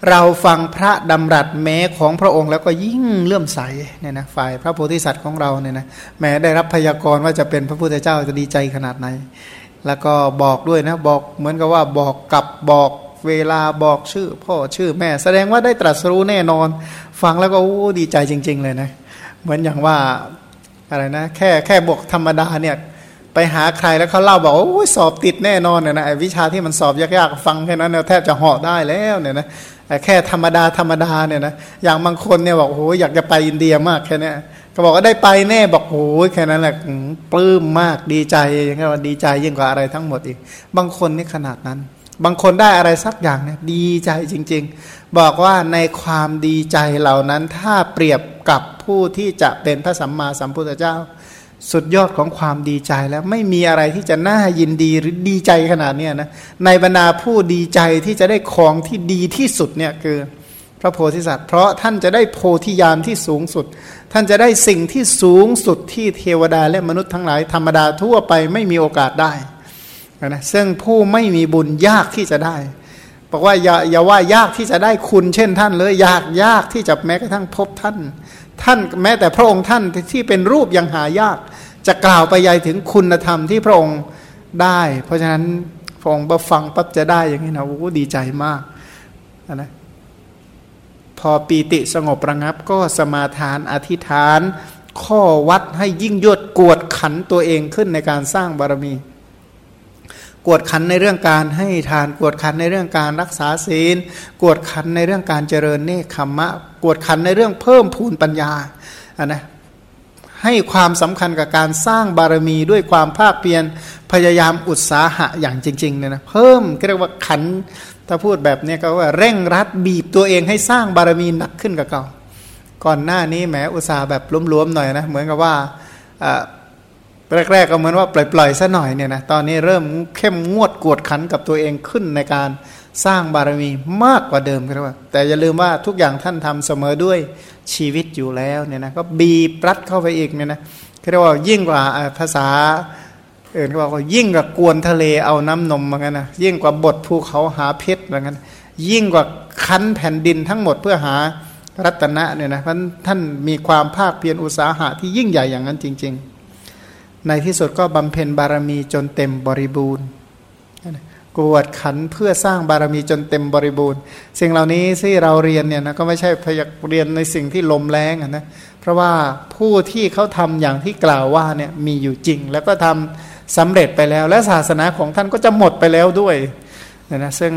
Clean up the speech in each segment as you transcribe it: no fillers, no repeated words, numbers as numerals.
เราฟังพระดำรัสแม้ของพระองค์แล้วก็ยิ่งเลื่อมใสเนี่ยนะฝ่ายพระโพธิสัตว์ของเราเนี่ยนะแม้ได้รับพยากรณ์ว่าจะเป็นพระพุทธเจ้าจะดีใจขนาดไหนแล้วก็บอกด้วยนะบอกเหมือนกับว่าบอกกับบอกเวลาบอกชื่อพ่อชื่อแม่แสดงว่าได้ตรัสรู้แน่นอนฟังแล้วก็ดีใจจริงๆเลยนะเหมือนอย่างว่าอะไรนะแค่บอกธรรมดาเนี่ยไปหาใครแล้วเขาเล่าบอกโอ้ยสอบติดแน่นอนเนี่ยนะไอ้วิชาที่มันสอบยากๆฟังแค่นั้นเนี่ยแทบจะเหาะได้แล้วเนี่ยนะแค่ธรรมดาเนี่ยนะอย่างบางคนเนี่ยบอกโอ้ยอยากจะไปอินเดียมากแค่นี้ก็บอกว่าได้ไปแน่บอกโอ้ยแค่นั้นแหละปลื้มมากดีใจอย่างเงี้ยว่าดีใจยิ่งกว่าอะไรทั้งหมดอีกบางคนนี่ขนาดนั้นบางคนได้อะไรสักอย่างเนี่ยดีใจจริงๆบอกว่าในความดีใจเหล่านั้นถ้าเปรียบกับผู้ที่จะเป็นพระสัมมาสัมพุทธเจ้าสุดยอดของความดีใจแล้วไม่มีอะไรที่จะน่ายินดีหรือดีใจขนาดนี้นะในบรรดาผู้ดีใจที่จะได้ของที่ดีที่สุดเนี่ยคือพระโพธิสัตว์เพราะท่านจะได้โพธิญาณที่สูงสุดท่านจะได้สิ่งที่สูงสุดที่เทวดาและมนุษย์ทั้งหลายธรรมดาทั่วไปไม่มีโอกาสได้นะซึ่งผู้ไม่มีบุญยากที่จะได้บอกว่าอย่าว่ายากที่จะได้คุณเช่นท่านเลยยากที่จะแม้กระทั่งพบท่านแม้แต่พระองค์ท่านที่เป็นรูปยังหายากจะกล่าวไปยัยถึงคุณธรรมที่พระองค์ได้เพราะฉะนั้นพระองค์ฟังปั๊บจะได้อย่างนี้นะโอ้ดีใจมากนะพอปีติสงบระงับก็สมาทานอธิษฐานข้อวัดให้ยิ่งยวดกวดขันตัวเองขึ้นในการสร้างบารมีกวดขันในเรื่องการให้ทานกวดขันในเรื่องการรักษาศีลกวดขันในเรื่องการเจริญเนคขมะกวดขันในเรื่องเพิ่มพูนปัญญานะให้ความสำคัญกับการสร้างบารมีด้วยความภาคเพียรพยายามอุตสาหะอย่างจริงๆเนี่ยนะเพิ่มเรียกว่าขันถ้าพูดแบบนี้ก็ว่าเร่งรัดบีบตัวเองให้สร้างบารมีหนักขึ้นกับเก่าก่อนหน้านี้แหมอุตสาห์แบบล้มๆหน่อยนะเหมือนกับว่าแรกๆก็เหมือนว่าปล่อยๆซะหน่อยเนี่ยนะตอนนี้เริ่มเข้มงวดกวดขันกับตัวเองขึ้นในการสร้างบารมีมากกว่าเดิมครับว่าแต่อย่าลืมว่าทุกอย่างท่านทำเสมอด้วยชีวิตอยู่แล้วเนี่ยนะก็บีบรัดเข้าไปอีกเนี่ยนะเรียกว่ายิ่งกว่าภาษาอื่นก็บอกว่ายิ่งกว่ากวนทะเลเอาน้ำนมเหมือนกันนะยิ่งกว่าบดภูเขาหาเพชรเหมือนกันยิ่งกว่าคั้นแผ่นดินทั้งหมดเพื่อหารัตนะเนี่ยนะเพราะท่านมีความภาคเพียรอุตสาหะที่ยิ่งใหญ่อย่างนั้นจริงๆในที่สุดก็บำเพ็ญบารมีจนเต็มบริบูรณ์กวดขันเพื่อสร้างบารมีจนเต็มบริบูรณ์สิ่งเหล่านี้ที่เราเรียนเนี่ยนะก็ไม่ใช่พยากเรียนในสิ่งที่ลมแรงนะเพราะว่าผู้ที่เขาทำอย่างที่กล่าวว่าเนี่ยมีอยู่จริงแล้วก็ทำสำเร็จไปแล้วและศาสนาของท่านก็จะหมดไปแล้วด้วยนะซึ่ง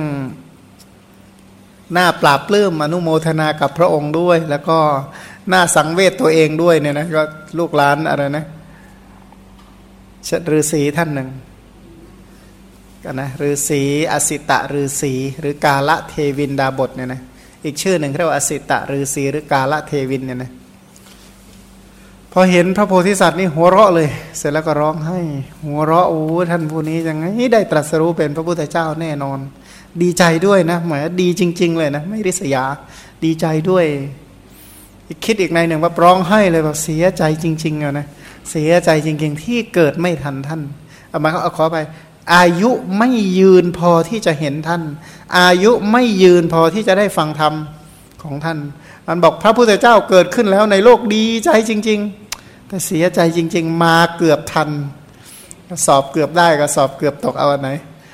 น่าปราบปลื้มอนุโมทนากับพระองค์ด้วยแล้วก็น่าสังเวชตัวเองด้วยเนี่ยนะก็ลูกหลานอะไรนะฤาษีท่านหนึ่งกันนะฤาษีอสิตะฤาษีหรือกาละเทวินดาบทเนี่ยนะอีกชื่อหนึ่งเรียกว่าอสิตะฤาษีหรือกาละเทวินเนี่ยนะพอเห็นพระโพธิสัตว์นี่หัวเราะเลยเสร็จแล้วก็ร้องให้หัวเราะโอ้ท่านผู้นี้ยังไงได้ตรัสรู้เป็นพระพุทธเจ้าแน่นอนดีใจด้วยนะหมายดีจริงๆเลยนะไม่ริษยาดีใจด้วยคิดอีกในหนึ่งว่าร้องให้เลยแบบเสียใจจริงๆนะเสียใจจริงๆที่เกิดไม่ทันท่านเอามาขอไปอายุไม่ยืนพอที่จะเห็นท่านอายุไม่ยืนพอที่จะได้ฟังธรรมของท่านมันบอกพระพุทธเจ้าเกิดขึ้นแล้วในโลกดีใจจริงๆแต่เสียใจจริงๆมาเกือบทันสอบเกือบได้ก็สอบเกือบตกเอาอันไหน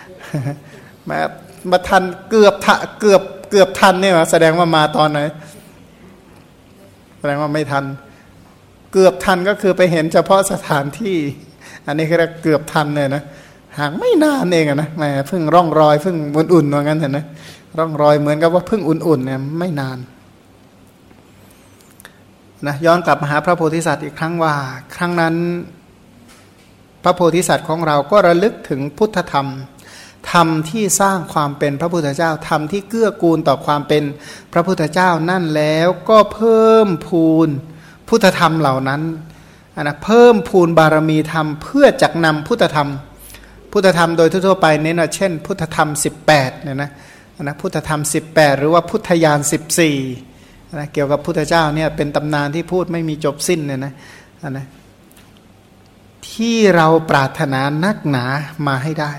มาทันเกือบทันเนี่ยแสดงว่ามาตอนไหนแสดงว่าไม่ทันเกือบทันก็คือไปเห็นเฉพาะสถานที่อันนี้คือเกือบทันเลยนะห่างไม่นานเองนะแหมเพิ่งร่องรอยเพิ่งอุ่นๆว่างั้นเถอะนะร่องรอยเหมือนกับว่าเพิ่งอุ่นๆเนี่ยไม่นานนะย้อนกลับมาหาพระโพธิสัตว์อีกครั้งว่าครั้งนั้นพระโพธิสัตว์ของเราก็ระลึกถึงพุทธธรรมธรรมที่สร้างความเป็นพระพุทธเจ้าธรรมที่เกื้อกูลต่อความเป็นพระพุทธเจ้านั่นแล้วก็เพิ่มพูนพุทธธรรมเหล่านั้นนะเพิ่มพูนบารมีธรรมเพื่อจักนำพุทธธรรมโดยทั่วไปเน้นเช่นพุทธธรรม18เนี่ยนะพุทธธรรม18หรือว่าพุทธญาณ14นะเกี่ยวกับพุทธเจ้าเนี่ยเป็นตำนานที่พูดไม่มีจบสิ้นเนี่ยนะที่เราปรารถนานักหนามาให้ได้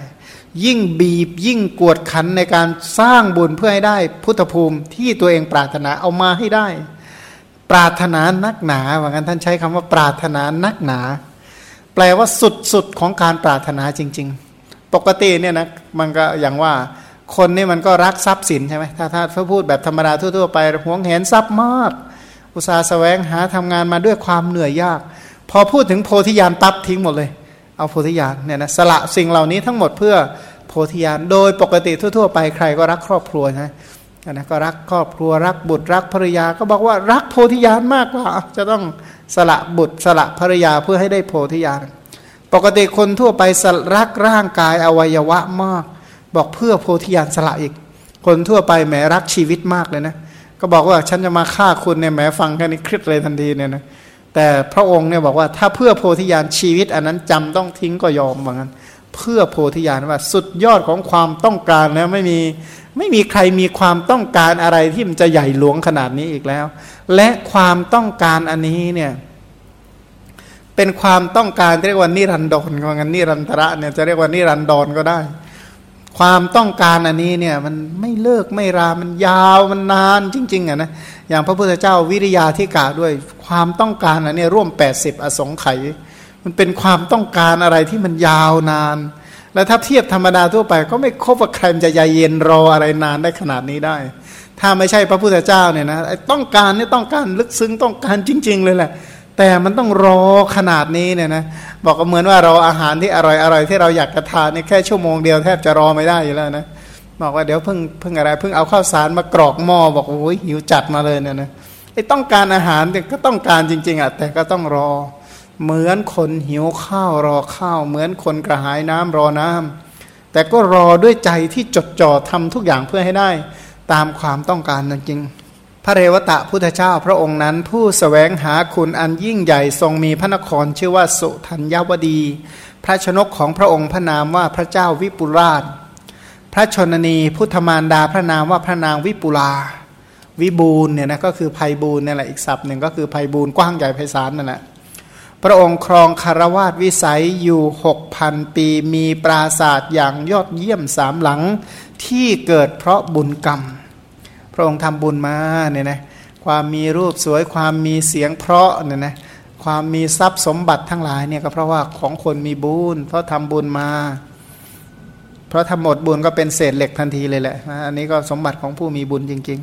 ยิ่งบีบยิ่งกวดขันในการสร้างบุญเพื่อให้ได้พุทธภูมิที่ตัวเองปรารถนาเอามาให้ได้ปรารถนานักหนาว่างั้นท่านใช้คำว่าปรารถนานักหนาแปลว่าสุดของการปรารถนาจริงๆปกติเนี่ยนะมันก็อย่างว่าคนนี่มันก็รักทรัพย์สินใช่ไหมถ้าพูดแบบธรรมดาทั่วๆไปหวงแหนทรัพย์มากอุตสาห์แสวงหาทำงานมาด้วยความเหนื่อยยากพอพูดถึงโพธิญาณปั๊บทิ้งหมดเลยเอาโพธิญาณเนี่ยนะสละสิ่งเหล่านี้ทั้งหมดเพื่อโพธิญาณโดยปกติทั่วๆไปใครก็รักครอบครัวนะก็รักครอบครัวรักบุตรรักภรรยาก็บอกว่ารักโพธิญาณมากกว่าจะต้องสละบุตรสละภรรยาเพื่อให้ได้โพธิญาณปกติคนทั่วไปรักร่างกายอวัยวะมากบอกเพื่อโพธิญาณสละอีกคนทั่วไปแหมรักชีวิตมากเลยนะก็บอกว่าฉันจะมาฆ่าคุณเนี่ยแหมฟังแค่นี้เครียดเลยทันทีเนี่ยนะแต่พระองค์เนี่ยบอกว่าถ้าเพื่อโพธิญาณชีวิตอันนั้นจำต้องทิ้งก็ยอมเหมือนกันเพื่อโพธิญาณว่าสุดยอดของความต้องการแล้วไม่มีใครมีความต้องการอะไรที่มันจะใหญ่หลวงขนาดนี้อีกแล้วและความต้องการอันนี้เนี่ยเป็นความต้องการเรียกว่านิรันดรว่างั้นนิรันตระเนี่ยจะเรียกว่านิรันดรก็ได้ความต้องการอันนี้เนี่ยมันไม่เลิกไม่รามันยาวมันนานจริงๆอ่ะนะอย่างพระพุทธเจ้าวิริยาธิกาด้วยความต้องการอันนี้ร่วม80อสงไขยมันเป็นความต้องการอะไรที่มันยาวนานแล้วถ้าเทียบธรรมดาทั่วไปก็ไม่คบว่าใครจะใจเย็นรออะไรนานได้ขนาดนี้ได้ถ้าไม่ใช่พระพุทธเจ้าเนี่ยนะต้องการนี่ต้องการลึกซึ้งต้องการจริงๆเลยแหละแต่มันต้องรอขนาดนี้เนี่ยนะบอกว่าเหมือนว่าเราอาหารที่อร่อยที่เราอยากจะทานนี่แค่ชั่วโมงเดียวแทบจะรอไม่ได้อยู่แล้วนะบอกว่าเดี๋ยวเพิ่งอะไรเพิ่งเอาข้าวสารมากรอกหม้อบอกโอ้ยหิวจัดมาเลยเนี่ยนะไอ้ต้องการอาหารเนี่ยก็ต้องการจริงๆอ่ะแต่ก็ต้องรอเหมือนคนหิวข้าวรอข้าวเหมือนคนกระหายน้ำรอน้ำแต่ก็รอด้วยใจที่จดจ่อทำทุกอย่างเพื่อให้ได้ตามความต้องการจริงพระเรวตะพุทธเจ้าพระองค์นั้นผู้แสวงหาคุณอันยิ่งใหญ่ทรงมีพระนครชื่อว่าสุทัญญวดีพระชนกของพระองค์พระนามว่าพระเจ้าวิปุราชพระชนนีพุทธมารดาพระนามว่าพระนางวิปุลาวิบูลเนี่ยนะก็คือไพบูลเนี่ยแหละอีกศัพท์หนึ่งก็คือไพบูลกว้างใหญ่ไพศาลนั่นแหละพระองค์ครองคารวาสวิสัยอยู่ 6,000 ปีมีปราสาทอย่างยอดเยี่ยม3 หลังที่เกิดเพราะบุญกรรมพระองค์ทำบุญมาเนี่ยนะความมีรูปสวยความมีเสียงเพราะเนี่ยนะความมีทรัพย์สมบัติทั้งหลายเนี่ยก็เพราะว่าของคนมีบุญเพราะทำบุญมาเพราะทำหมดบุญก็เป็นเศษเหล็กทันทีเลยแหละอันนี้ก็สมบัติของผู้มีบุญจริง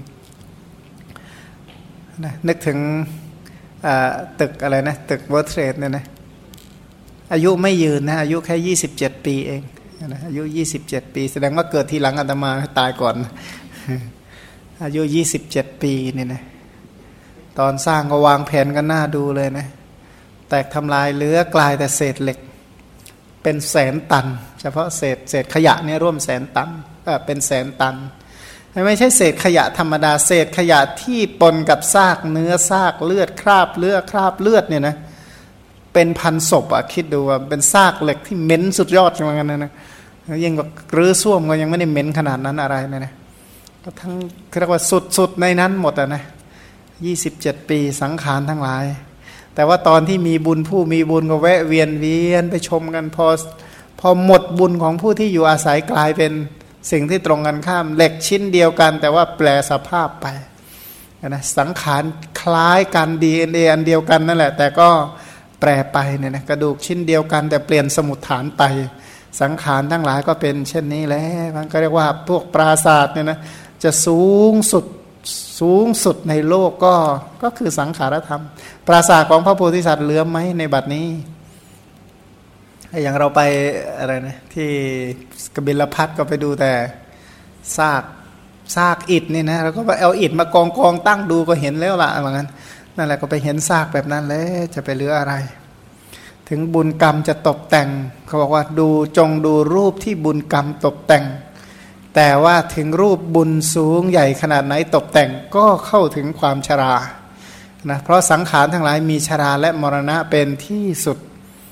ๆนะนึกถึงตึกอะไรนะตึกเวิร์ดเทรดเนี่ยนะอายุไม่ยืนนะอายุแค่27 ปีเองนะอายุ27 ปีแสดงว่าเกิดทีหลังอาตมาตายก่อนอายุ27 ปีเนี่ยนะตอนสร้างก็วางแผนกันหน้าดูเลยนะแตกทำลายเหลือกลายแต่เศษเหล็กเป็นแสนตันเฉพาะเศษขยะเนี่ยร่วมแสนตันเป็นแสนตันไม่ใช่เศษขยะธรรมดาเศษขยะที่ปนกับซากเนื้อซากเลือดคราบเลือดเนี่ยนะเป็นพันศพอ่ะคิดดูว่าเป็นซากเหล็กที่เหม็นสุดยอดเหมือนกันนะยิ่งกว่ารื้อส้วมก็ยังไม่ได้เหม็นขนาดนั้นอะไรนะก็ทั้งเรียกว่าสุดในนั้นหมดอ่ะนะ27 ปีสังขารทั้งหลายแต่ว่าตอนที่มีบุญผู้มีบุญก็แวะเวียนไปชมกันพอหมดบุญของผู้ที่อยู่อาศัยกลายเป็นสิ่งที่ตรงกันข้ามเหล็กชิ้นเดียวกันแต่ว่าแปลสภาพไปนะสังขารคล้ายกัน DNA อันเดียวกันนั่นแหละแต่ก็แปรไปเนี่ยนะกระดูกชิ้นเดียวกันแต่เปลี่ยนสมุดฐานไปสังขารทั้งหลายก็เป็นเช่นนี้แหละมันก็เรียกว่าพวกปราศาสตร์เนี่ยนะจะสูงสุดในโลกก็คือสังขารธรรมปราสาทของพระโพธิสัตว์เหลือไหมในบัดนี้อย่างเราไปอะไรนะที่กบิลพัสก็ไปดูแต่ซากอิฐนี่นะเราก็ไปเอาอิฐมากองตั้งดูก็เห็นแล้วล่ะเหมือนกันนั่นแหละก็ไปเห็นซากแบบนั้นแล้วจะไปเหลืออะไรถึงบุญกรรมจะตกแต่งเขาบอกว่าจงดูรูปที่บุญกรรมตกแต่งแต่ว่าถึงรูปบุญสูงใหญ่ขนาดไหนตกแต่งก็เข้าถึงความชรานะเพราะสังขารทั้งหลายมีชราและมรณะเป็นที่สุด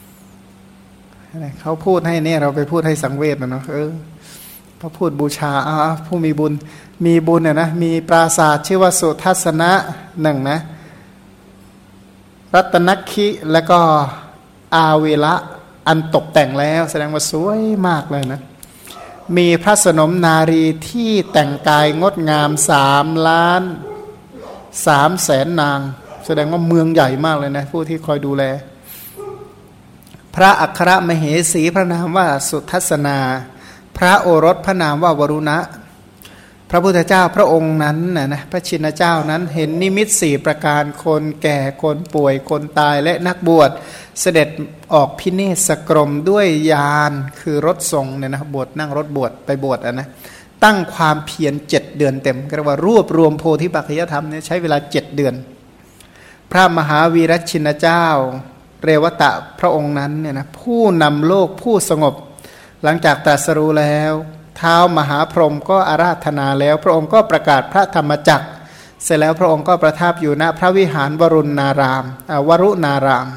เขาพูดให้เนี่ยเราไปพูดให้สังเวชนะเนาะเขาพูดบูชาผู้มีบุญเนี่ยนะมีปราสาทชื่อว่าสุทัศนะหนึ่งนะรัตนคิแล้วก็อาเวละอันตกแต่งแล้วแสดงว่าสวยมากเลยนะมีพระสนมนารีที่แต่งกายงดงาม3,300,000 นางแสดงว่าเมืองใหญ่มากเลยนะผู้ที่คอยดูแลพระอัครมเหสีพระนามว่าสุทัศนาพระโอรสพระนามว่าวรุณะพระพุทธเจ้าพระองค์นั้นนะพระชินเจ้านั้นเห็นนิมิต4ประการคนแก่คนป่วยคนตายและนักบวชเสด็จออกพิเนศกรมด้วยยานคือรถทรงเนี่ยนะบวชนั่งรถบวชไปบวชนะตั้งความเพียร7 เดือนเต็มก็เรียกว่ารวบรวมโพธิปัจจยธรรมเนี่ยใช้เวลา7 เดือนพระมหาวีรชินเจ้าเรวตะพระองค์นั้นเนี่ยนะผู้นำโลกผู้สงบหลังจากตรัสรู้แล้วท้าวมหาพรหมก็อาราธนาแล้วพระองค์ก็ประกาศพระธรรมจักรเสร็จแล้วพระองค์ก็ประทับอยู่ณพระวิหารวรุณารามวรุณาราม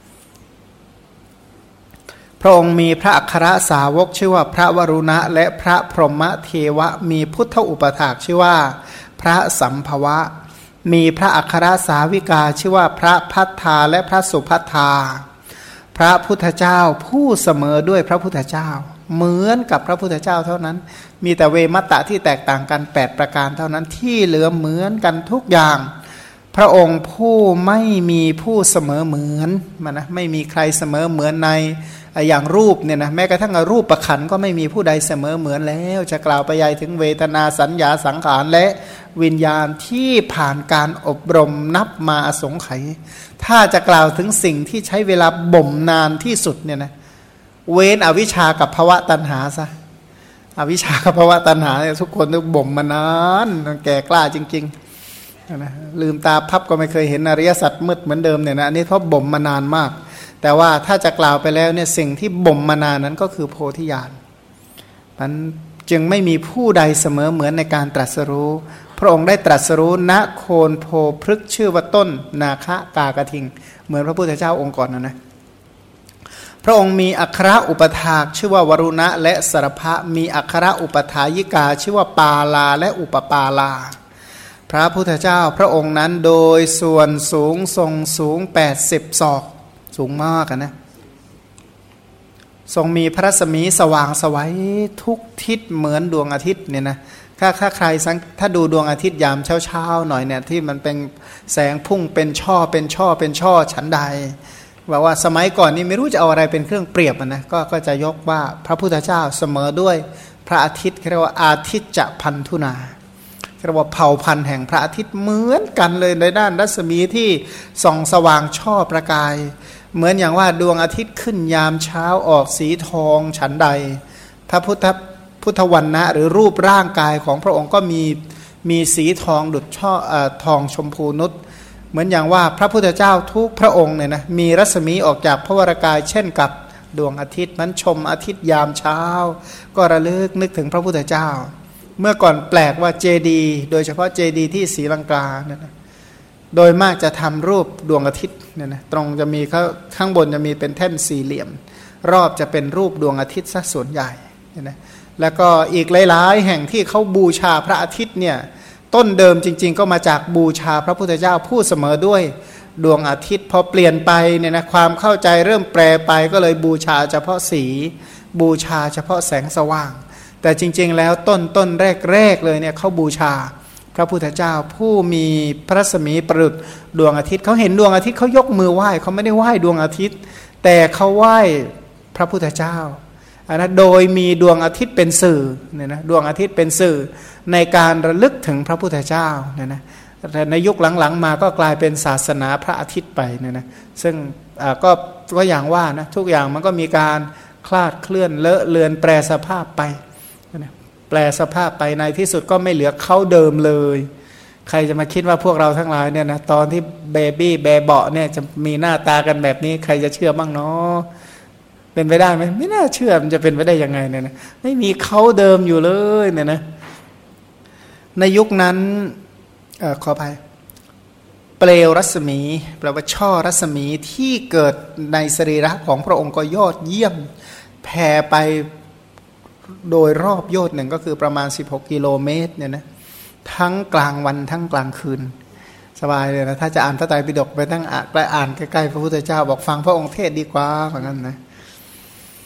พระองค์มีพระอัครสาวกชื่อว่าพระวรุณะและพระพรหมเทวะมีพุทธอุปถากชื่อว่าพระสัมภวะมีพระอัครสาวิกาชื่อว่าพระพัทธาและพระสุพัทธาพระพุทธเจ้าผู้เสมอด้วยพระพุทธเจ้าเหมือนกับพระพุทธเจ้าเท่านั้นมีแต่เวมัตตะที่แตกต่างกัน8ประการเท่านั้นที่เหลือเหมือนกันทุกอย่างพระองค์ผู้ไม่มีผู้เสมอเหมือนมันนะไม่มีใครเสมอเหมือนในอย่างรูปเนี่ยนะแม้กระทั่งรูปประขันก็ไม่มีผู้ใดเสมอเหมือนแล้วจะกล่าวไปใหญ่ถึงเวทนาสัญญาสังขารและวิญญาณที่ผ่านการอบรมนับมาอสงไขยถ้าจะกล่าวถึงสิ่งที่ใช้เวลาบ่มนานที่สุดเนี่ยนะเว้นอวิชชากับภวะตัณหาซะอวิชชากับภวะตัณหาทุกคนต้องบ่มมานานแก่กล้าจริงๆนะลืมตาพับก็ไม่เคยเห็นอริยสัจมืดเหมือนเดิมเนี่ยนะอันนี้เพราะบ่มมานานมากแต่ว่าถ้าจะกล่าวไปแล้วเนี่ยสิ่งที่บ่มมานานนั้นก็คือโพธิญาณมันจึงไม่มีผู้ใดเสมอเหมือนในการตรัสรู้พระองค์ได้ตรัสรู้ณโคนโพพฤกษ์ชื่อว่าต้นนาคะกากทิงเหมือนพระพุทธเจ้าองค์ก่อนนะพระองค์มีอัครอุปถากชื่อว่าวรุณะและสรภะมีอัครอุปถายิกาชื่อว่าปาลาและอุปปาลาพระพุทธเจ้าพระองค์นั้นโดยส่วนสูงทรงสูง80 ศอกสูงมากนะทรงมีพระรัศมีสว่างไสวทุกทิศเหมือนดวงอาทิตย์เนี่ยนะถ้าใครถ้าดูดวงอาทิตย์ยามเช้าหน่อยเนี่ยที่มันเป็นแสงพุ่งเป็นช่อฉันใดว่าสมัยก่อนนี่ไม่รู้จะเอาอะไรเป็นเครื่องเปรียบนะก็จะยกว่าพระพุทธเจ้าเสมอด้วยพระอาทิตย์เรียกว่าอาทิตย์จะพันธุนาเรียกว่าเผ่าพันธุ์แห่งพระอาทิตย์เหมือนกันเลยในด้านรัศมีที่ส่องสว่างช่อประกายเหมือนอย่างว่าดวงอาทิตย์ขึ้นยามเช้าออกสีทองฉันใดพระพุทธวรรณะหรือรูปร่างกายของพระองค์ก็มีสีทองดุจช่อทองชมพูนุชเหมือนอย่างว่าพระพุทธเจ้าทุกพระองค์เนี่ยนะมีรัศมีออกจากพระวรากายเช่นกับดวงอาทิตย์นั้นชมอาทิตย์ยามเช้าก็ระลึกนึกถึงพระพุทธเจ้าเมื่อก่อนแปลกว่าเจดีย์โดยเฉพาะเจดีย์ที่ศรีลังกาเนี่ยนะโดยมากจะทำรูปดวงอาทิตย์เนี่ยนะตรงจะมีข้างบนจะมีเป็นแท่นสี่เหลี่ยมรอบจะเป็นรูปดวงอาทิตย์ซะส่วนใหญ่เนี่ยนะแล้วก็อีกหลายๆแห่งที่เขาบูชาพระอาทิตย์เนี่ยต้นเดิมจริงๆก็มาจากบูชาพระพุทธเจ้าผู้เสมอด้วยดวงอาทิตย์พอเปลี่ยนไปเนี่ยนะความเข้าใจเริ่มแปรไปก็เลยบูชาเฉพาะสีบูชาเฉพาะแสงสว่างแต่จริงๆแล้วต้นแรกเลยเนี่ยเขาบูชาพระพุทธเจ้าผู้มีพระรัศมีประดุจดวงอาทิตย์เขาเห็นดวงอาทิตย์เขายกมือไหว้เขาไม่ได้ไหว้ดวงอาทิตย์แต่เขาไหว้พระพุทธเจ้านะโดยมีดวงอาทิตย์เป็นสื่อเนี่ยนะดวงอาทิตย์เป็นสื่อในการระลึกถึงพระพุทธเจ้าเนี่ยนะแต่ในยุคหลังๆมาก็กลายเป็นศาสนาพระอาทิตย์ไปเนี่ยนะซึ่งก็อย่างว่านะทุกอย่างมันก็มีการคลาดเคลื่อนเลอะเลือนแปรสภาพไปแปลสภาพไปในที่สุดก็ไม่เหลือเขาเดิมเลยใครจะมาคิดว่าพวกเราทั้งหลายเนี่ยนะตอนที่เบบี้เบเบาะเนี่ยจะมีหน้าตากันแบบนี้ใครจะเชื่อบ้างเนาะเป็นไปได้ไหมไม่น่าเชื่อมันจะเป็นไปได้ยังไงเนี่ยนะไม่มีเขาเดิมอยู่เลยเนี่ยนะในยุคนั้นขออภัยเปลวรัศมีแปลว่าช่อรัศมีที่เกิดในสรีระของพระองค์ก็ยอดเยี่ยมแผ่ไปโดยรอบโยชน์หนึ่งก็คือประมาณ16 กิโลเมตรเนี่ยนะทั้งกลางวันทั้งกลางคืนสบายเลยนะถ้าจะอ่านพระไตรปิฎกไปตั้งอ่านใกล้ๆพระพุทธเจ้าบอกฟังพระองค์เทศดีกว่าเหมือนกันนะ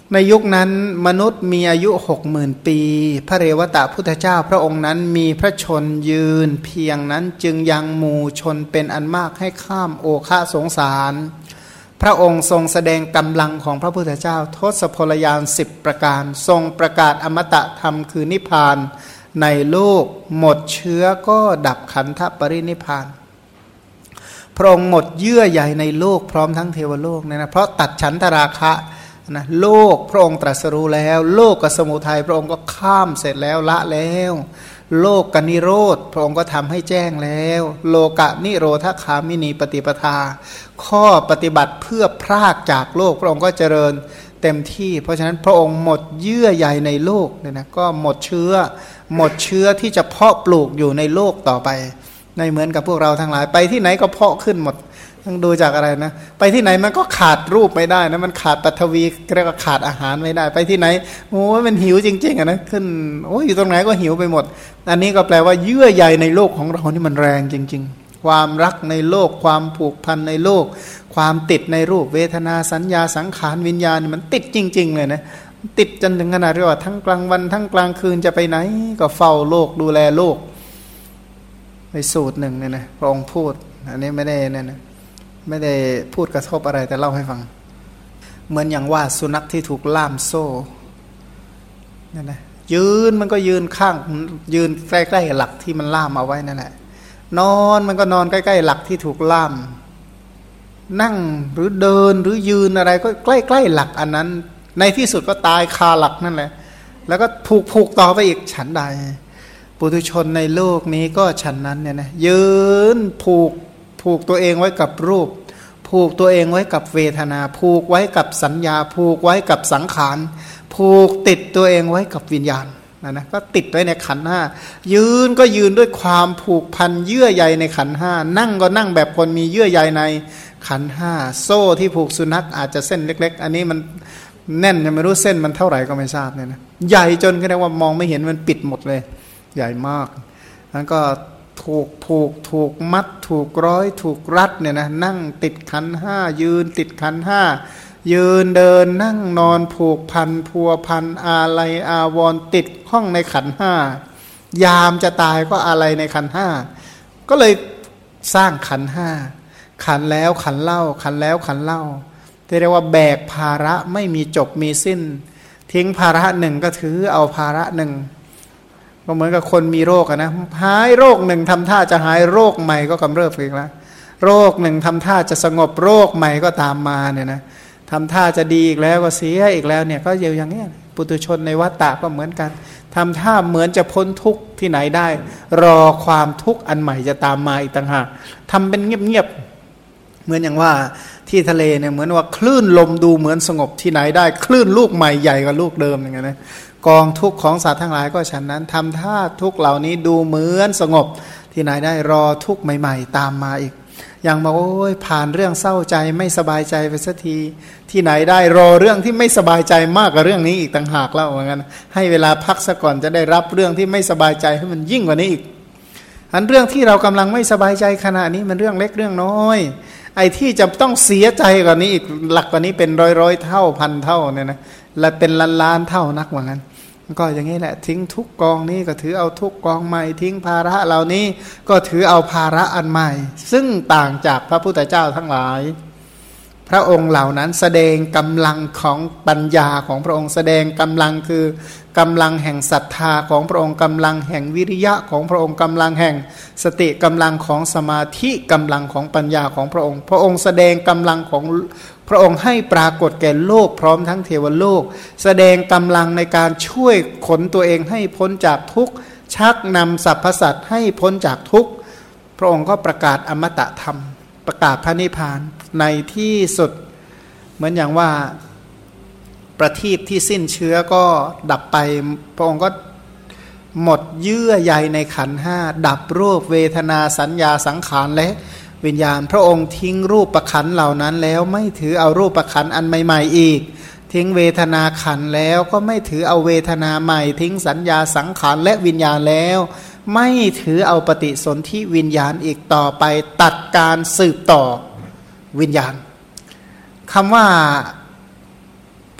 ในยุคนั้นมนุษย์มีอายุ 60,000 ปีพระเรวตะพุทธเจ้าพระองค์นั้นมีพระชนยืนเพียงนั้นจึงยังหมู่ชนเป็นอันมากให้ข้ามโอคะสงสารพระองค์ทรงแสดงกำลังของพระพุทธเจ้าทศพลยาน10ประการทรงประกาศอมตะธรรมคือนิพพานในโลกหมดเชื้อก็ดับขันธปรินิพพานพระองค์หมดเยื่อใยในโลกพร้อมทั้งเทวโลกนะเพราะตัดฉันทราคะนะโลกพระองค์ตรัสรู้แล้วโลกกับสมุทัยพระองค์ก็ข้ามเสร็จแล้วละแล้วโลกกนิโรธพระองค์ก็ทำให้แจ้งแล้วโลกะนิโรธคามินีปฏิปทาข้อปฏิบัติเพื่อพรากจากโลกพระองค์ก็เจริญเต็มที่เพราะฉะนั้นพระองค์หมดเยื่อใยในโลกเนี่ยนะก็หมดเชื้อที่จะเพาะปลูกอยู่ในโลกต่อไปในเหมือนกับพวกเราทั้งหลายไปที่ไหนก็เพาะขึ้นหมดต้องดูจากอะไรนะไปที่ไหนมันก็ขาดรูปไม่ได้นะมันขาดปฐวีเรียกว่าขาดอาหารไม่ได้ไปที่ไหนโอ้ยมันหิวจริงๆอ่ะนะขึ้นโอ้ยอยู่ตรงไหนก็หิวไปหมดอันนี้ก็แปลว่าเยื่อใยในโลกของเรานี่มันแรงจริงๆความรักในโลกความผูกพันในโลกความติดในรูปเวทนาสัญญาสังขารวิญญาณมันติดจริงๆเลยนะติดจนถึงขนาดที่ว่าทั้งกลางวันทั้งกลางคืนจะไปไหนก็เฝ้าโลกดูแลโลกในสูตรหนึ่งเนี่ยนะพระองค์พูดอันนี้ไม่ได้เนี่ยนะไม่ได้พูดกระทบอะไรแต่เล่าให้ฟังเหมือนอย่างว่าสุนัขที่ถูกล่ามโซ่เนี่ยนะยืนมันก็ยืนข้างยืนใกล้ๆหลักที่มันล่ามเอาไว้นั่นแหละนอนมันก็นอนใกล้ๆหลักที่ถูกล่ามนั่งหรือเดินหรือยืนอะไรก็ใกล้ๆหลักอันนั้นในที่สุดก็ตายคาหลักนั่นแหละแล้วก็ถูกผูกต่อไปอีกฉันใดปุถุชนในโลกนี้ก็ฉันนั้นเนี่ยนะยืนผูกตัวเองไว้กับรูปผูกตัวเองไว้กับเวทนาผูกไว้กับสัญญาผูกไว้กับสังขารผูกติดตัวเองไว้กับวิญญาณนะก็ติดไว้ในขันธ์ห้ายืนก็ยืนด้วยความผูกพันเยื่อใยในขันธ์ห้านั่งก็นั่งแบบคนมีเยื่อใยในขันธ์ห้าโซ่ที่ผูกสุนัขอาจจะเส้นเล็กๆอันนี้มันแน่นยังไม่รู้เส้นมันเท่าไหร่ก็ไม่ทราบเนี่ยนะใหญ่จนก็ได้ว่ามองไม่เห็นมันปิดหมดเลยใหญ่มากแล้วก็ถูกผูกถูกมัดถูกร้อยถูกรัดเนี่ยนะนั่งติดขันธ์ห้ายืนติดขันธ์ห้ายืนเดินนั่งนอนผูกพันพัวพันอาลัยอาวรณ์ติดข้องในขันธ์ห้ายามจะตายก็อาลัยในขันธ์ห้าก็เลยสร้างขันธ์ห้าขันแล้วขันเล่าขันแล้วขันเล่าที่เรียกว่าแบกภาระไม่มีจบมีสิ้นทิ้งภาระหนึ่งก็ถือเอาภาระหนึ่งก็เหมือนกับคนมีโรคนะหายโรคหนึ่งทำท่าจะหายโรคใหม่ก็กำเริบอีกแล้วโรคหนึ่งทำท่าจะสงบโรคใหม่ก็ตามมาเนี่ยนะทำท่าจะดีอีกแล้วก็เสียอีกแล้วเนี่ยก็อย่างนี้ปุถุชนในวัฏฏะก็เหมือนกันทำท่าเหมือนจะพ้นทุกข์ที่ไหนได้รอความทุกข์อันใหม่จะตามมาอีกต่างหากทำเป็นเงียบๆเหมือนอย่างว่าที่ทะเลเนี่ยเหมือนว่าคลื่นลมดูเหมือนสงบที่ไหนได้คลื่นลูกใหม่ใหญ่กว่าลูกเดิมอย่างเงี้ยนะกองทุกข์ของสัตว์ทั้งหลายก็ฉะนั้นทำท่าทุกข์เหล่านี้ดูเหมือนสงบที่ไหนได้รอทุกข์ใหม่ๆตามมาอีกอย่างบอกโอ้ยผ่านเรื่องเศร้าใจไม่สบายใจไปสักทีที่ไหนได้รอเรื่องที่ไม่สบายใจมากกว่าเรื่องนี้อีกต่างหากแล้วเหมือนกันให้เวลาพักซะก่อนจะได้รับเรื่องที่ไม่สบายใจให้มันยิ่งกว่านี้อีกอันเรื่องที่เรากำลังไม่สบายใจขณะนี้มันเรื่องเล็กเรื่องน้อยไอ้ที่จะต้องเสียใจกว่านี้อีกหลักกว่านี้เป็นร้อยเท่าพันเท่าเนี่ยนะและเป็นล้านเท่านักเหมือนกันก็อย่างนี้แหละทิ้งทุกกองนี้ก็ถือเอาทุกกองใหม่ทิ้งภาระเหล่านี้ก็ถือเอาภาระอันใหม่ซึ่งต่างจากพระพุทธเจ้าทั้งหลายพระองค์เหล่านั้นแสดงกำลังของปัญญาของพระองค์แสดงกำลังคือกำลังแห่งศรัทธาของพระองค์กำลังแห่งวิริยะของพระองค์กำลังแห่งสติกำลังของสมาธิกำลังของปัญญาของพระองค์พระองค์แสดงกำลังของพระองค์ให้ปรากฏแก่โลกพร้อมทั้งเทวโลกแสดงกำลังในการช่วยขนตัวเองให้พ้นจากทุกข์ชักนำสรรพสัตว์ให้พ้นจากทุกข์พระองค์ก็ประกาศอมตะธรรมประกาศพระนิพพานในที่สุดเหมือนอย่างว่าประทีปที่สิ้นเชื้อก็ดับไปพระองค์ก็หมดเยื่อใยในขันธ์ห้าดับรูปเวทนาสัญญาสังขารและวิญญาณพระองค์ทิ้งรูปประขันเหล่านั้นแล้วไม่ถือเอารูปประขันอันใหม่ๆอีกทิ้งเวทนาขันแล้วก็ไม่ถือเอาเวทนาใหม่ทิ้งสัญญาสังขารและวิญญาณแล้วไม่ถือเอาปฏิสนธิวิญญาณอีกต่อไปตัดการสืบต่อวิญญาณคำว่าป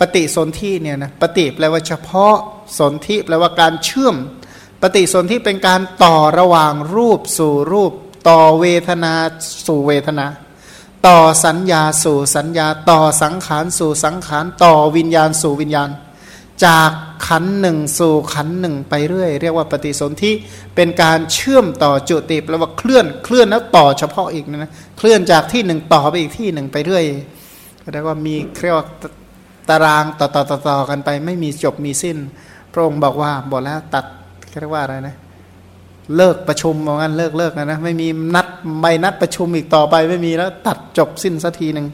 ปฏิสนธิเนี่ยนะปฏิแปลว่าเฉพาะสนธิแปลว่าการเชื่อมปฏิสนธิเป็นการต่อระหว่างรูปสู่รูปต่อเวทนาสู่เวทนาต่อสัญญาสู่สัญญาต่อสังขารสู่สังขารต่อวิญญาณสู่วิญญาณจากขันธ์หนึ่งสู่ขันธ์หนึ่งไปเรื่อยเรียกว่าปฏิสนธิเป็นการเชื่อมต่อจุติแปลว่าเคลื่อนแล้วต่อเฉพาะอีกนะเคลื่อนจากที่หนึ่งต่อไปอีกที่หนึ่งไปเรื่อยเรียกว่ามีเรียกว่าตารางต่อกันไปไม่มีจบมีสิ้นพระองค์บอกแล้วตัดเรียกว่าอะไรนะเลิกประชุมว่างั้นเลิกนะไม่มีนัดใบนัดประชุมอีกต่อไปไม่มีแล้วตัดจบสิ้นสักทีหนึ่ง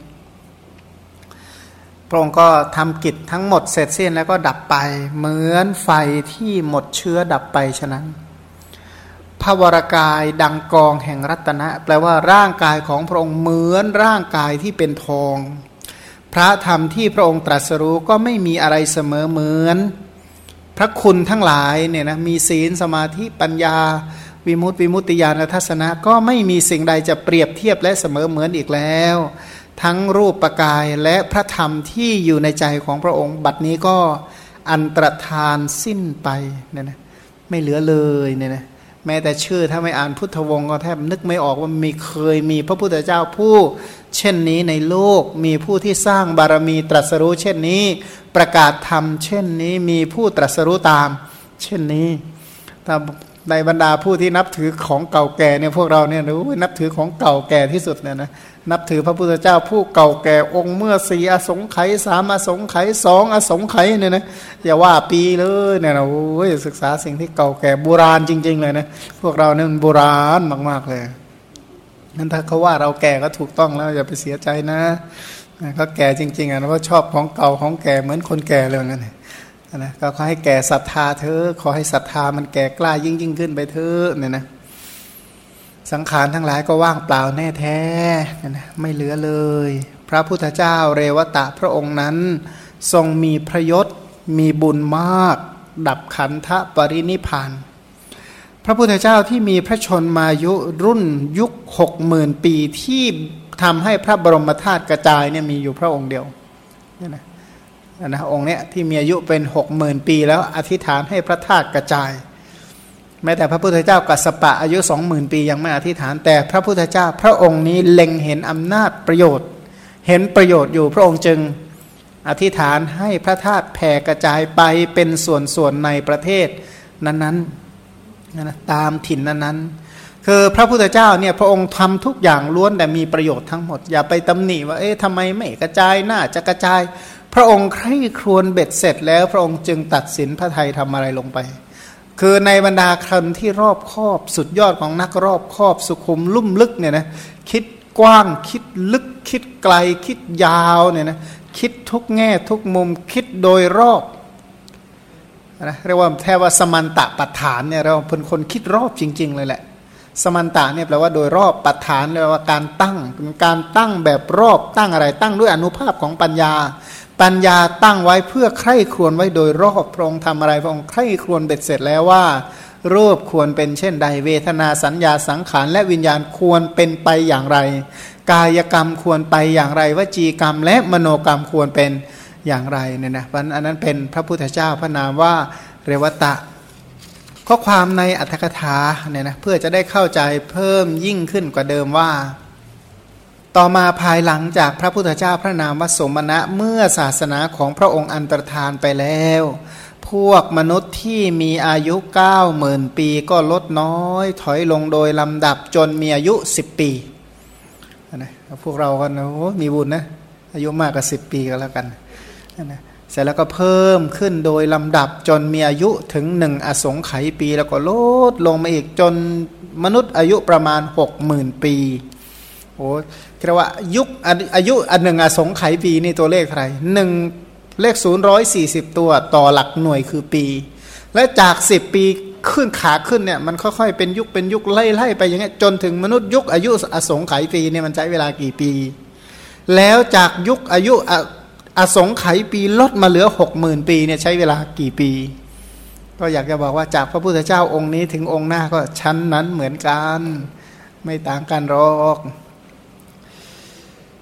พระองค์ก็ทำกิจทั้งหมดเสร็จสิ้นแล้วก็ดับไปเหมือนไฟที่หมดเชื้อดับไปฉะนั้นพระวรกายดังกองแห่งรัตนะแปลว่าร่างกายของพระองค์เหมือนร่างกายที่เป็นทองพระธรรมที่พระองค์ตรัสรู้ก็ไม่มีอะไรเสมอเหมือนพระคุณทั้งหลายเนี่ยนะมีศีลสมาธิปัญญาวิมุตติญาณทัศนะก็ไม่มีสิ่งใดจะเปรียบเทียบและเสมอเหมือนอีกแล้วทั้งรูปปกายและพระธรรมที่อยู่ในใจของพระองค์บัดนี้ก็อันตรธานสิ้นไปเนี่ยนะไม่เหลือเลยเนี่ยนะแม้แต่ชื่อถ้าไม่อ่านพุทธวงศ์ก็แทบนึกไม่ออกว่าเคยมีพระพุทธเจ้าผู้เช่นนี้ในโลกมีผู้ที่สร้างบารมีตรัสรู้เช่นนี้ประกาศธรรมเช่นนี้มีผู้ตรัสรู้ตามเช่นนี้แต่ในบรรดาผู้ที่นับถือของเก่าแก่เนี่ยพวกเราเนี่ยรู้นับถือของเก่าแก่ที่สุดเนี่ยนะนับถือพระพุทธเจ้าผู้เก่าแก่องค์เมื่อ4อสงไขย3อสงไขย2อสงไขยเนี่ยนะอย่าว่าปีเลยเนี่ยนะโอ้ยศึกษาสิ่งที่เก่าแก่โบราณจริงๆเลยนะพวกเราเนี่ยมันโบราณมากๆเลยงั้นถ้าเขาว่าเราแก่ก็ถูกต้องแล้วอย่าไปเสียใจนะเขาแก่จริงๆนะเพราะชอบของเก่าของแก่เหมือนคนแก่เลยงั้นนะก็ขอให้แก่ศรัทธาเธอขอให้ศรัทธามันแก่กล้ายิ่งขึ้นไปเถอะเนี่ยนะสังขารทั้งหลายก็ว่างเปล่าแน่แท้นะไม่เหลือเลยพระพุทธเจ้าเรวตะพระองค์นั้นทรงมีพระยศมีบุญมากดับขันธปรินิพพานพระพุทธเจ้าที่มีพระชนมายุรุ่นยุค 60,000 ปีที่ทำให้พระบรมธาตุกระจายเนี่ยมีอยู่พระองค์เดียวเนี่ยนะองค์เนี้ยที่มีอายุเป็น 60,000 ปีแล้วอธิษฐานให้พระธาตุกระจายแม้แต่พระพุทธเจ้ากัสสปะอายุ 20,000 ปียังไม่อธิษฐานแต่พระพุทธเจ้าพระองค์นี้เล็งเห็นอำนาจประโยชน์เห็นประโยชน์อยู่พระองค์จึงอธิษฐานให้พระธาตุแผ่กระจายไปเป็นส่วนๆในประเทศนั้นๆตามถิ่นนั้นๆคือพระพุทธเจ้าเนี่ยพระองค์ทำทุกอย่างล้วนแต่มีประโยชน์ทั้งหมดอย่าไปตำหนิว่าทำไมไม่กระจายน่าจะกระจายพระองค์ใคร่ครวญเบ็ดเสร็จแล้วพระองค์จึงตัดสินพระทัยทำอะไรลงไปคือในบรรดาคนที่รอบคอบสุดยอดของนักรอบคอบสุขุมลุ่มลึกเนี่ยนะคิดกว้างคิดลึกคิดไกลคิดยาวเนี่ยนะคิดทุกแง่ทุกมุมคิดโดยรอบนะเรียกว่าแทบว่าสมันตะปัฏฐานเนี่ยเราเป็นคนคิดรอบจริงๆเลยแหละสมันตะเนี่ยแปลว่าโดยรอบปัฏฐานแปลว่าการตั้งเป็นการตั้งแบบรอบตั้งอะไรตั้งด้วยอนุภาพของปัญญาตั้งไว้เพื่อใคร่ครวญไว้โดยรอบพระองค์ทำอะไรพระองค์ใคร่ครวญเบ็ดเสร็จแล้วว่ารูปควรเป็นเช่นใดเวทนาสัญญาสังขารและวิญญาณควรเป็นไปอย่างไรกายกรรมควรไปอย่างไรวจีกรรมและมโนกรรมควรเป็นอย่างไรเนี่ยนะอันนั้นเป็นพระพุทธเจ้าพระนามว่าเรวตะข้อความในอรรถกถาเนี่ยนะเพื่อจะได้เข้าใจเพิ่มยิ่งขึ้นกว่าเดิมว่าต่อมาภายหลังจากพระพุทธเจ้าพระนามวสมณะเมื่อศาสนาของพระองค์อันตรธานไปแล้วพวกมนุษย์ที่มีอายุ 90,000 ปีก็ลดน้อยถอยลงโดยลำดับจนมีอายุ10 ปีนะพวกเรากันโอ้มีบุญนะอายุมากกว่า10 ปีก็แล้วกันนะเสร็จแล้วก็เพิ่มขึ้นโดยลำดับจนมีอายุถึง1อสงไขยปีแล้วก็ลดลงมาอีกจนมนุษย์อายุประมาณ 60,000 ปีโอ้เรียกว่าอายุอันหนึ่งอสงไขยปีนี่ตัวเลขเท่าไหร่1เลข140ตัวต่อหลักหน่วยคือปีและจาก10 ปีขึ้นขาขึ้นเนี่ยมันค่อยๆเป็นยุคไล่ไปอย่างเงี้ยจนถึงมนุษย์ยุคอายุอสงไขยปีเนี่ยมันใช้เวลากี่ปีแล้วจากยุคอายุอสงไขยปีลดมาเหลือ 60,000 ปีเนี่ยใช้เวลากี่ปีก็อยากจะบอกว่าจากพระพุทธเจ้าองค์นี้ถึงองค์หน้าก็ชั้นนั้นเหมือนกันไม่ต่างกันหรอก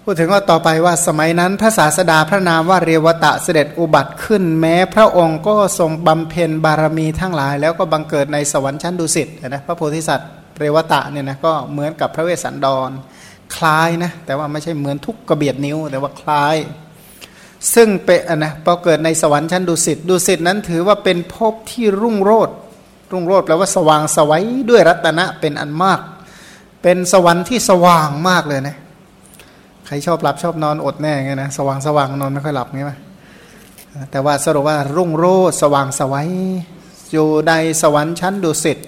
พูดถึงว่าต่อไปว่าสมัยนั้นพระศาสดาพระนามว่าเรวตะเสด็จอุบัติขึ้นแม้พระองค์ก็ทรงบำเพ็ญบารมีทั้งหลายแล้วก็บังเกิดในสวรรค์ชั้นดุสิตนะพระโพธิสัตว์เรวตะเนี่ยนะก็เหมือนกับพระเวสสันดรคล้ายนะแต่ว่าไม่ใช่เหมือนทุกกระเบียดนิ้วแต่ว่าคล้ายซึ่งเป็นนะพอเกิดในสวรรค์ชั้นดุสิตดุสิตนั้นถือว่าเป็นภพที่รุ่งโรจน์แปลว่าสว่างไสวด้วยรัตนะเป็นอันมากเป็นสวรรค์ที่สว่างมากเลยนะใครชอบหลับชอบนอนอดแน่ไงนะสว่างนอนไม่ค่อยหลับไงมั้ยแต่ว่าสรุปว่ารุ่งโรจน์สว่างไสวอยู่ในสวรรค์ชั้นดุสิต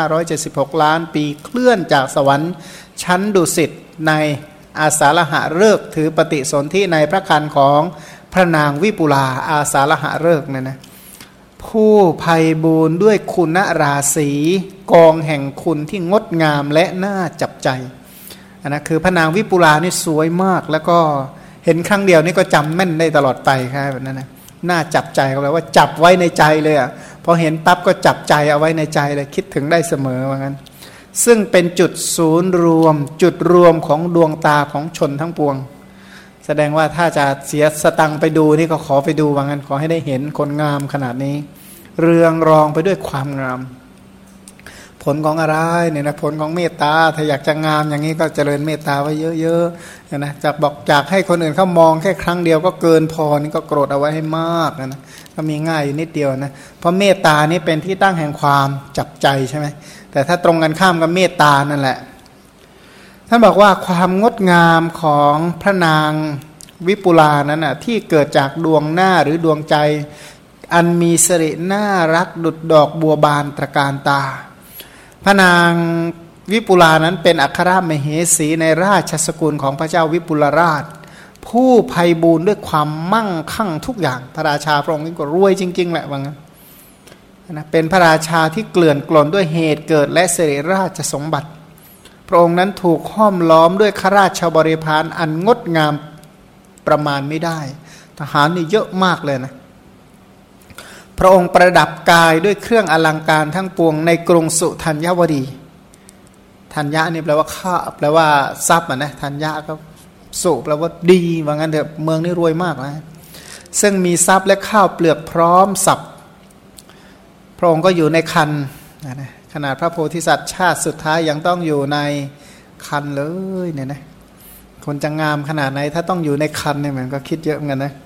576ล้านปีเคลื่อนจากสวรรค์ชั้นดุสิตในอาสาฬหฤกษ์ถือปฏิสนธิในพระครรภ์ของพระนางวิปุลาอาสาฬหฤกษ์เนี่ยนะผู้ไพบูรย์ด้วยคุณราศีกองแห่งคุณที่งดงามและน่าจับใจอันนะคือพระนางวิปุลานี่สวยมากแล้วก็เห็นครั้งเดียวนี่ก็จำแม่นได้ตลอดไปครับแบบนั้นนะน่าจับใจก็แปลว่าจับไว้ในใจเลยอ่ะพอเห็นปั๊บก็จับใจเอาไว้ในใจเลยคิดถึงได้เสมอว่างั้นซึ่งเป็นจุดศูนย์รวมจุดรวมของดวงตาของชนทั้งปวงแสดงว่าถ้าจะเสียสตังค์ไปดูนี่ก็ขอไปดูว่างั้นขอให้ได้เห็นคนงามขนาดนี้เรืองรองไปด้วยความงามผลของอะไรเนี่ยนะผลของเมตตาถ้าอยากจะงามอย่างนี้ก็เจริญเมตตาไว้เยอะๆนะจากให้คนอื่นเขามองแค่ครั้งเดียวก็เกินพอนี่ก็โกรธเอาไว้ให้มากนะก็มีง่ายอยู่นิดเดียวนะเพราะเมตตานี่เป็นที่ตั้งแห่งความจับใจใช่ไหมแต่ถ้าตรงกันข้ามกับเมตตานั่นแหละท่านบอกว่าความงดงามของพระนางวิปุลานั้นน่ะที่เกิดจากดวงหน้าหรือดวงใจอันมีสิริน่ารักดุจดอกบัวบานตระการตาพระนางวิปุลานั้นเป็นอัครมเหสีในราชสกุลของพระเจ้าวิปุลราชผู้ไพบูรย์ด้วยความมั่งคั่งทุกอย่างพระราชาพระองค์นี้ก็รวยจริงๆแหละว่างั้นนะเป็นพระราชาที่เกลื่อนกลนด้วยเหตุเกิดและสิริราชสมบัติพระองค์นั้นถูกห้อมล้อมด้วยข้าราชบริพารอันงดงามประมาณไม่ได้ทหารนี่เยอะมากเลยนะพระองค์ประดับกายด้วยเครื่องอลังการทั้งปวงในกรุงสุธัญญวดีธัญญะนี่แปลว่าข้าแปลว่าทรัพย์นะธัญญะก็สุแปลว่าดีว่างั้นเถอะเมืองนี้รวยมากนะซึ่งมีทรัพย์และข้าวเปลือกพร้อมสับพระองค์ก็อยู่ในคันนะขนาดพระโพธิสัตว์ชาติสุดท้ายยังต้องอยู่ในคันเลยเนี่ยนะคนจะงามขนาดไหนถ้าต้องอยู่ในคันเนี่ยมันก็คิดเยอะเหมือนกันนะ